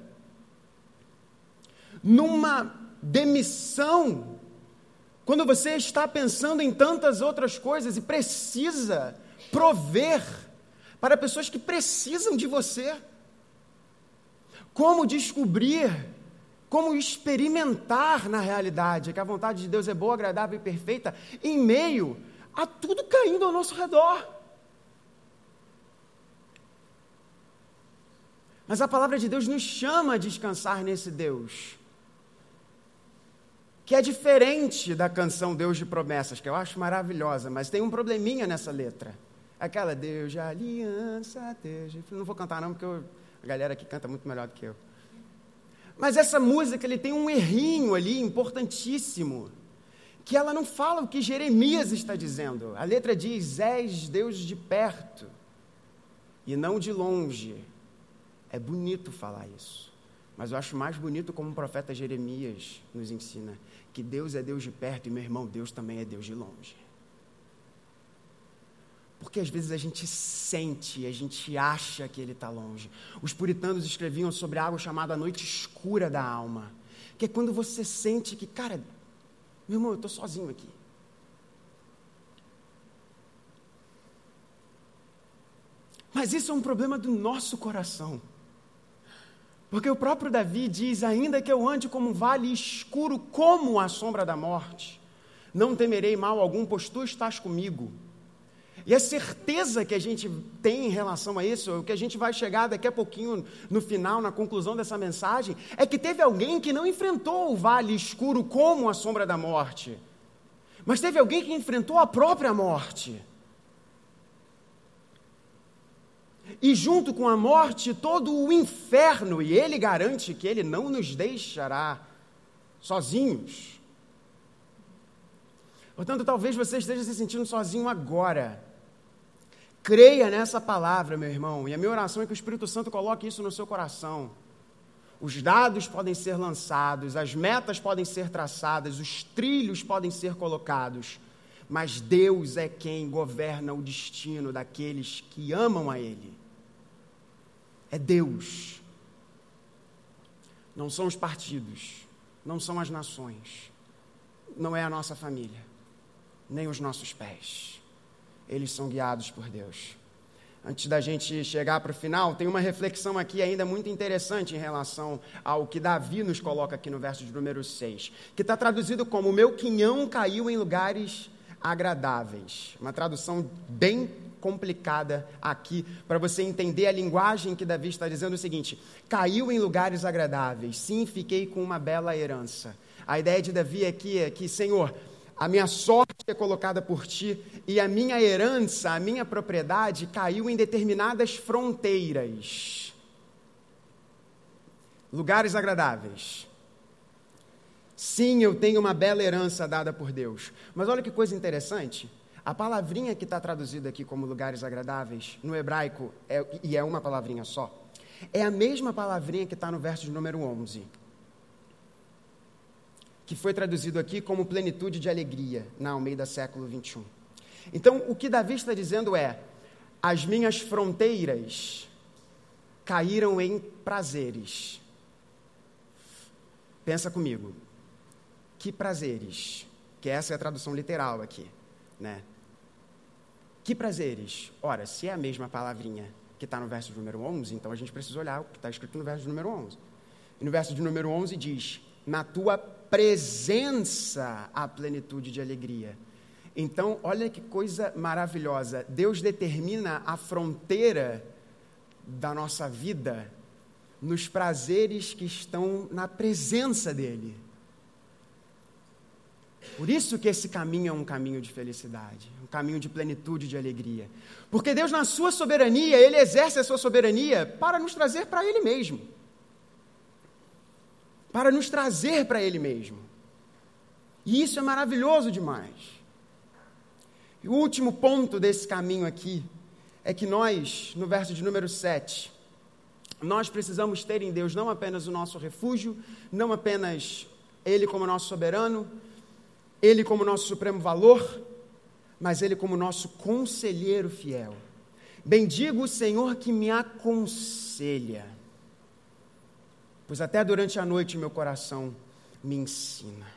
Numa demissão. Quando você está pensando em tantas outras coisas e precisa prover para pessoas que precisam de você. Como descobrir, como experimentar na realidade que a vontade de Deus é boa, agradável e perfeita em meio a tudo caindo ao nosso redor. Mas a palavra de Deus nos chama a descansar nesse Deus, que é diferente da canção Deus de Promessas, que eu acho maravilhosa, mas tem um probleminha nessa letra. Aquela Deus de aliança, Deus de... Não vou cantar não, porque a galera aqui canta muito melhor do que eu. Mas essa música, ele tem um errinho ali, importantíssimo, que ela não fala o que Jeremias está dizendo. A letra diz, és Deus de perto e não de longe. É bonito falar isso. Mas eu acho mais bonito como o profeta Jeremias nos ensina, que Deus é Deus de perto e, meu irmão, Deus também é Deus de longe. Porque às vezes a gente sente, a gente acha que Ele está longe. Os puritanos escreviam sobre algo chamado a noite escura da alma, que é quando você sente que, cara, Meu irmão, eu estou sozinho aqui. Mas isso é um problema do nosso coração. Porque o próprio Davi diz, ainda que eu ande como um vale escuro, como a sombra da morte, não temerei mal algum, pois tu estás comigo. E a certeza que a gente tem em relação a isso, o que a gente vai chegar daqui a pouquinho, no final, na conclusão dessa mensagem, é que teve alguém que não enfrentou o vale escuro como a sombra da morte, mas teve alguém que enfrentou a própria morte. E junto com a morte, todo o inferno, e ele garante que ele não nos deixará sozinhos. Portanto, talvez você esteja se sentindo sozinho agora. Creia nessa palavra, meu irmão, e a minha oração é que o Espírito Santo coloque isso no seu coração. Os dados podem ser lançados, as metas podem ser traçadas, os trilhos podem ser colocados, mas Deus é quem governa o destino daqueles que amam a Ele. É Deus. Não são os partidos, não são as nações, não é a nossa família, nem os nossos pés. Eles são guiados por Deus. Antes da gente chegar para o final, tem uma reflexão aqui ainda muito interessante em relação ao que Davi nos coloca aqui no verso de número 6, que está traduzido como: o meu quinhão caiu em lugares agradáveis. Uma tradução bem complicada aqui, para você entender a linguagem que Davi está dizendo o seguinte: caiu em lugares agradáveis, sim, fiquei com uma bela herança. A ideia de Davi aqui é que, Senhor, a minha sorte é colocada por Ti, e a minha herança, a minha propriedade caiu em determinadas fronteiras. Lugares agradáveis. Sim, eu tenho uma bela herança dada por Deus. Mas olha que coisa interessante. A palavrinha que está traduzida aqui como lugares agradáveis, no hebraico, e é uma palavrinha só, é a mesma palavrinha que está no verso de número 11. Que foi traduzido aqui como plenitude de alegria, na Almeida século 21. Então, o que Davi está dizendo é: as minhas fronteiras caíram em prazeres. Pensa comigo. Que prazeres? Que essa é a tradução literal aqui, né? Que prazeres? Ora, se é a mesma palavrinha que está no verso de número 11, então a gente precisa olhar o que está escrito no verso de número 11. E no verso de número 11 diz: na tua presença a plenitude de alegria. Então, olha que coisa maravilhosa. Deus determina a fronteira da nossa vida nos prazeres que estão na presença dEle. Por isso que esse caminho é um caminho de felicidade, um caminho de plenitude de alegria. Porque Deus, na sua soberania, Ele exerce a sua soberania para nos trazer para Ele mesmo. Para nos trazer para Ele mesmo. E isso é maravilhoso demais. E o último ponto desse caminho aqui é que nós, no verso de número 7, nós precisamos ter em Deus não apenas o nosso refúgio, não apenas Ele como nosso soberano, Ele como nosso supremo valor, mas Ele como nosso conselheiro fiel. Bendigo o Senhor que me aconselha, pois até durante a noite meu coração me ensina.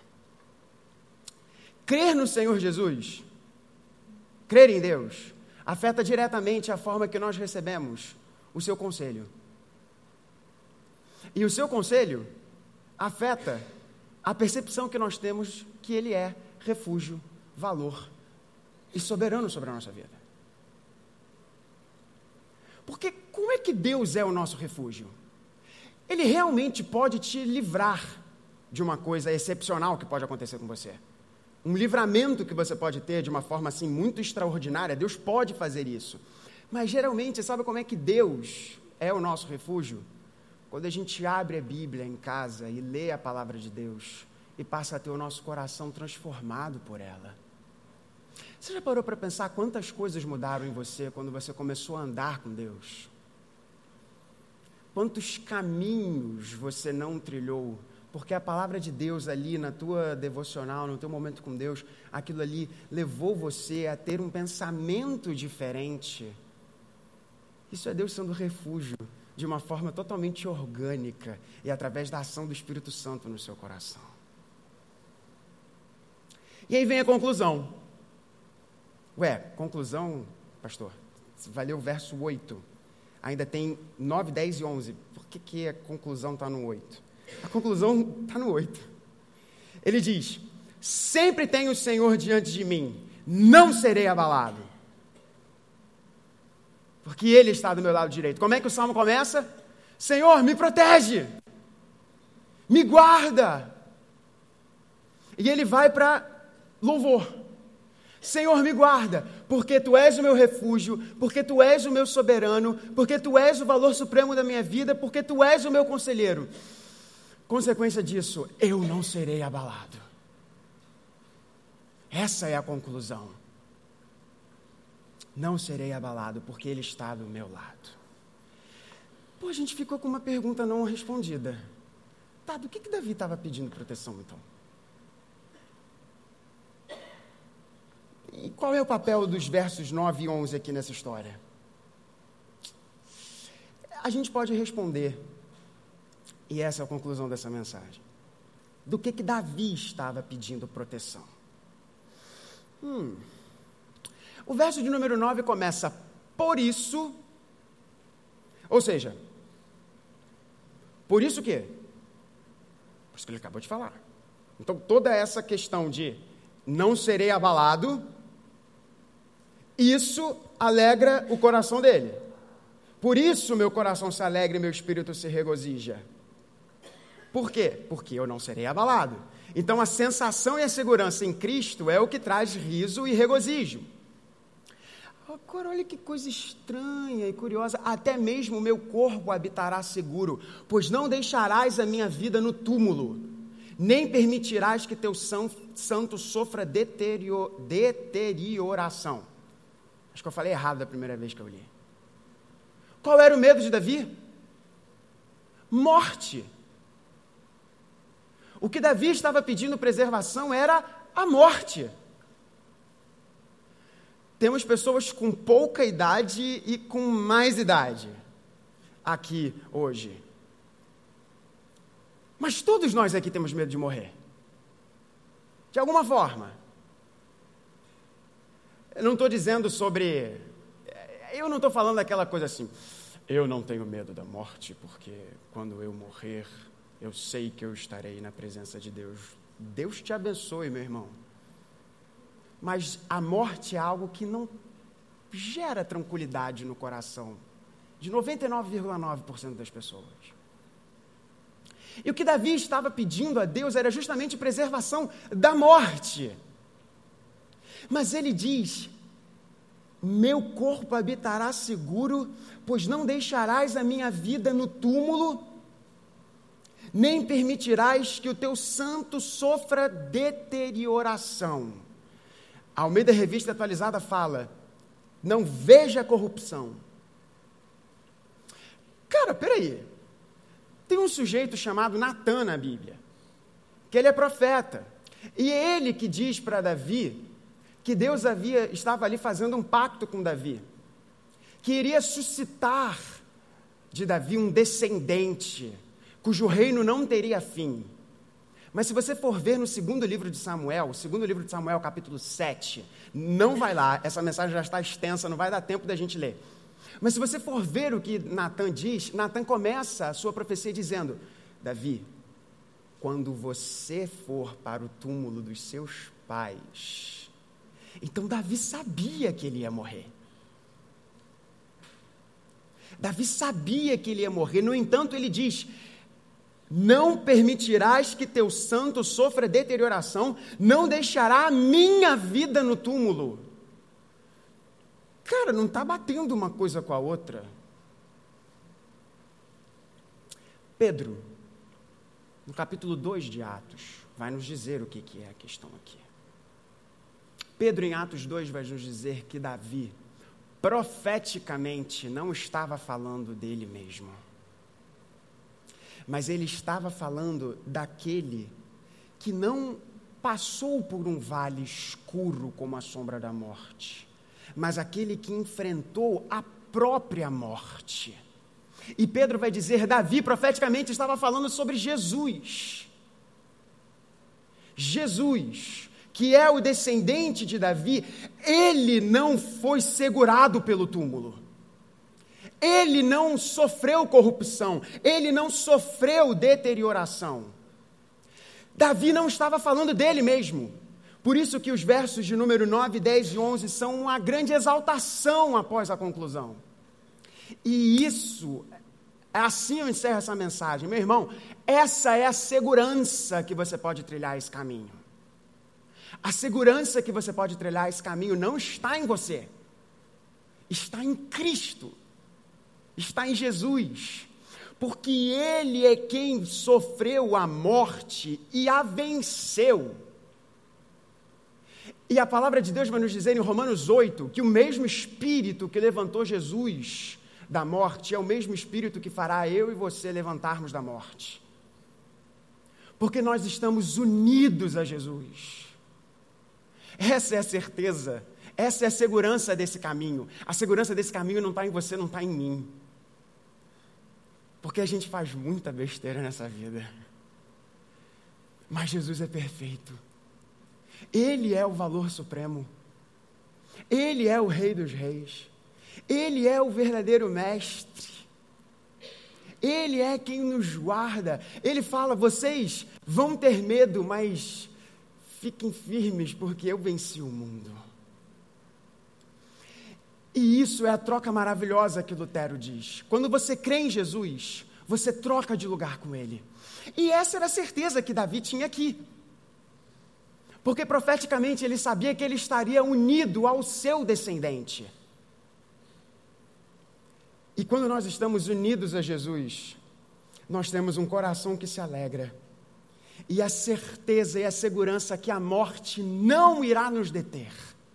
Crer no Senhor Jesus, crer em Deus, afeta diretamente a forma que nós recebemos o seu conselho. E o seu conselho afeta a percepção que nós temos que Ele é refúgio, valor e soberano sobre a nossa vida. Porque como é que Deus é o nosso refúgio? Ele realmente pode te livrar de uma coisa excepcional que pode acontecer com você. Um livramento que você pode ter de uma forma assim muito extraordinária. Deus pode fazer isso. Mas geralmente, sabe como é que Deus é o nosso refúgio? Quando a gente abre a Bíblia em casa e lê a palavra de Deus e passa a ter o nosso coração transformado por ela. Você já parou para pensar quantas coisas mudaram em você quando você começou a andar com Deus? Quantos caminhos você não trilhou? Porque a palavra de Deus ali na tua devocional, no teu momento com Deus, aquilo ali levou você a ter um pensamento diferente. Isso é Deus sendo refúgio de uma forma totalmente orgânica e através da ação do Espírito Santo no seu coração. E aí vem a conclusão. Conclusão, pastor, você vai ler o verso 8. Ainda tem 9, 10 e 11. Por que a conclusão está no 8? A conclusão está no 8. Ele diz: sempre tenho o Senhor diante de mim, não serei abalado, porque Ele está do meu lado direito. Como é que o salmo começa? Senhor, me protege, me guarda. E ele vai para louvor. Senhor, me guarda, porque Tu és o meu refúgio, porque Tu és o meu soberano, porque Tu és o valor supremo da minha vida, porque Tu és o meu conselheiro. Consequência disso, eu não serei abalado. Essa é a conclusão. Não serei abalado, porque Ele está do meu lado. Pô, a gente ficou com uma pergunta não respondida. Tá, do que Davi estava pedindo proteção, então? E qual é o papel dos versos 9 e 11 aqui nessa história? A gente pode responder, e essa é a conclusão dessa mensagem. Do que Davi estava pedindo proteção? O verso de número 9 começa, por isso, ou seja, por isso o quê? Por isso que ele acabou de falar. Então, toda essa questão de não serei abalado, isso alegra o coração dele. Por isso meu coração se alegra e meu espírito se regozija. Por quê? Porque eu não serei abalado. Então a sensação e a segurança em Cristo é o que traz riso e regozijo. Agora olha que coisa estranha e curiosa. Até mesmo o meu corpo habitará seguro, pois não deixarás a minha vida no túmulo, nem permitirás que teu santo sofra deterioração. Acho que eu falei errado da primeira vez que eu li. Qual era o medo de Davi? Morte. O que Davi estava pedindo preservação era a morte. Temos pessoas com pouca idade e com mais idade aqui hoje. Mas todos nós aqui temos medo de morrer. De alguma forma. Eu não estou dizendo sobre... Eu não estou falando daquela coisa assim... Eu não tenho medo da morte, porque quando eu morrer, eu sei que eu estarei na presença de Deus. Deus te abençoe, meu irmão. Mas a morte é algo que não gera tranquilidade no coração de 99,9% das pessoas. E o que Davi estava pedindo a Deus era justamente preservação da morte. Mas ele diz: meu corpo habitará seguro, pois não deixarás a minha vida no túmulo, nem permitirás que o teu santo sofra deterioração. A Almeida Revista Atualizada fala: não veja corrupção. Cara, peraí. Tem um sujeito chamado Natã na Bíblia, que ele é profeta. E é ele que diz para Davi que Deus estava ali fazendo um pacto com Davi, que iria suscitar de Davi um descendente, cujo reino não teria fim. Mas se você for ver no segundo livro de Samuel, capítulo 7, não vai lá, essa mensagem já está extensa, não vai dar tempo da gente ler. Mas se você for ver o que Natã diz, Natã começa a sua profecia dizendo: Davi, quando você for para o túmulo dos seus pais... Então Davi sabia que ele ia morrer. Davi sabia que ele ia morrer, no entanto ele diz: não permitirás que teu santo sofra deterioração, não deixará a minha vida no túmulo. Cara, não está batendo uma coisa com a outra. Pedro, no capítulo 2 de Atos, vai nos dizer o que é a questão aqui. Pedro, em Atos 2, vai nos dizer que Davi, profeticamente, não estava falando dele mesmo. Mas ele estava falando daquele que não passou por um vale escuro como a sombra da morte, mas aquele que enfrentou a própria morte. E Pedro vai dizer: Davi profeticamente estava falando sobre Jesus. Jesus, que é o descendente de Davi, ele não foi segurado pelo túmulo. Ele não sofreu corrupção, ele não sofreu deterioração. Davi não estava falando dele mesmo. Por isso que os versos de número 9, 10 e 11 são uma grande exaltação após a conclusão. E isso, assim eu encerro essa mensagem. Meu irmão, essa é a segurança que você pode trilhar esse caminho. A segurança que você pode trilhar esse caminho não está em você. Está em Cristo. Está em Jesus. Porque Ele é quem sofreu a morte e a venceu. E a palavra de Deus vai nos dizer em Romanos 8, que o mesmo Espírito que levantou Jesus da morte é o mesmo Espírito que fará eu e você levantarmos da morte. Porque nós estamos unidos a Jesus. Essa é a certeza, essa é a segurança desse caminho. A segurança desse caminho não está em você, não está em mim. Porque a gente faz muita besteira nessa vida. Mas Jesus é perfeito. Ele é o valor supremo. Ele é o Rei dos Reis. Ele é o verdadeiro mestre. Ele é quem nos guarda. Ele fala, vocês vão ter medo, mas fiquem firmes, porque eu venci o mundo. E isso é a troca maravilhosa que Lutero diz. Quando você crê em Jesus, você troca de lugar com Ele. E essa era a certeza que Davi tinha aqui. Porque profeticamente ele sabia que ele estaria unido ao seu descendente. E quando nós estamos unidos a Jesus, nós temos um coração que se alegra. E a certeza e a segurança que a morte não irá nos deter.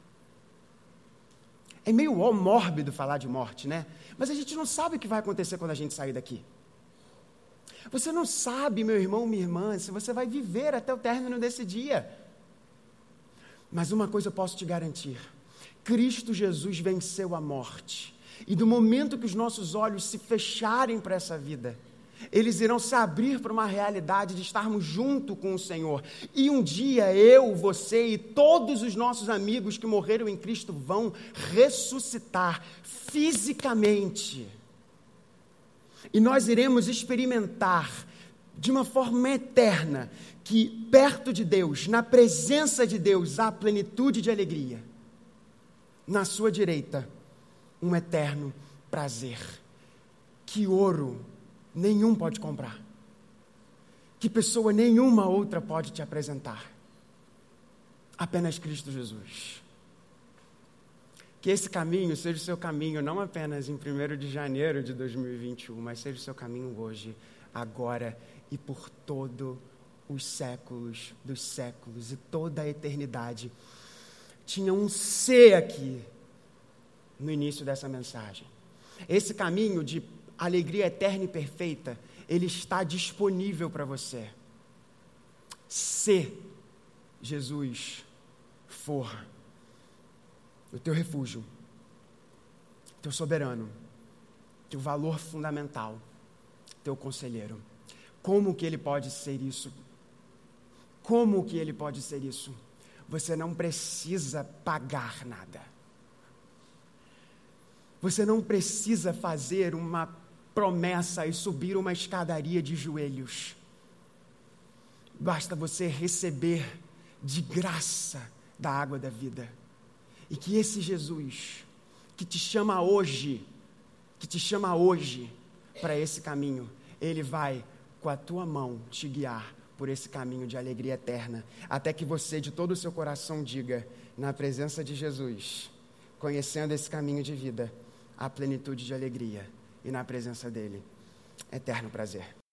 É meio mórbido falar de morte, né? Mas a gente não sabe o que vai acontecer quando a gente sair daqui. Você não sabe, meu irmão, minha irmã, se você vai viver até o término desse dia. Mas uma coisa eu posso te garantir. Cristo Jesus venceu a morte. E do momento que os nossos olhos se fecharem para essa vida, eles irão se abrir para uma realidade de estarmos junto com o Senhor. E um dia eu, você e todos os nossos amigos que morreram em Cristo vão ressuscitar fisicamente. E nós iremos experimentar de uma forma eterna que perto de Deus, na presença de Deus, há plenitude de alegria. Na sua direita, um eterno prazer. Que ouro nenhum pode comprar. Que pessoa nenhuma outra pode te apresentar. Apenas Cristo Jesus. Que esse caminho seja o seu caminho, não apenas em 1º de janeiro de 2021, mas seja o seu caminho hoje, agora e por todo os séculos dos séculos e toda a eternidade. Tinha um C aqui no início dessa mensagem. Esse caminho de alegria eterna e perfeita, ele está disponível para você. Se Jesus for o teu refúgio, teu soberano, teu valor fundamental, teu conselheiro. Como que ele pode ser isso? Como que ele pode ser isso? Você não precisa pagar nada. Você não precisa fazer uma promessa e subir uma escadaria de joelhos. Basta você receber de graça da água da vida. E que esse Jesus, que te chama hoje para esse caminho, ele vai, com a tua mão, te guiar por esse caminho de alegria eterna, até que você, de todo o seu coração, diga, na presença de Jesus, conhecendo esse caminho de vida, a plenitude de alegria, e na presença dele, eterno prazer.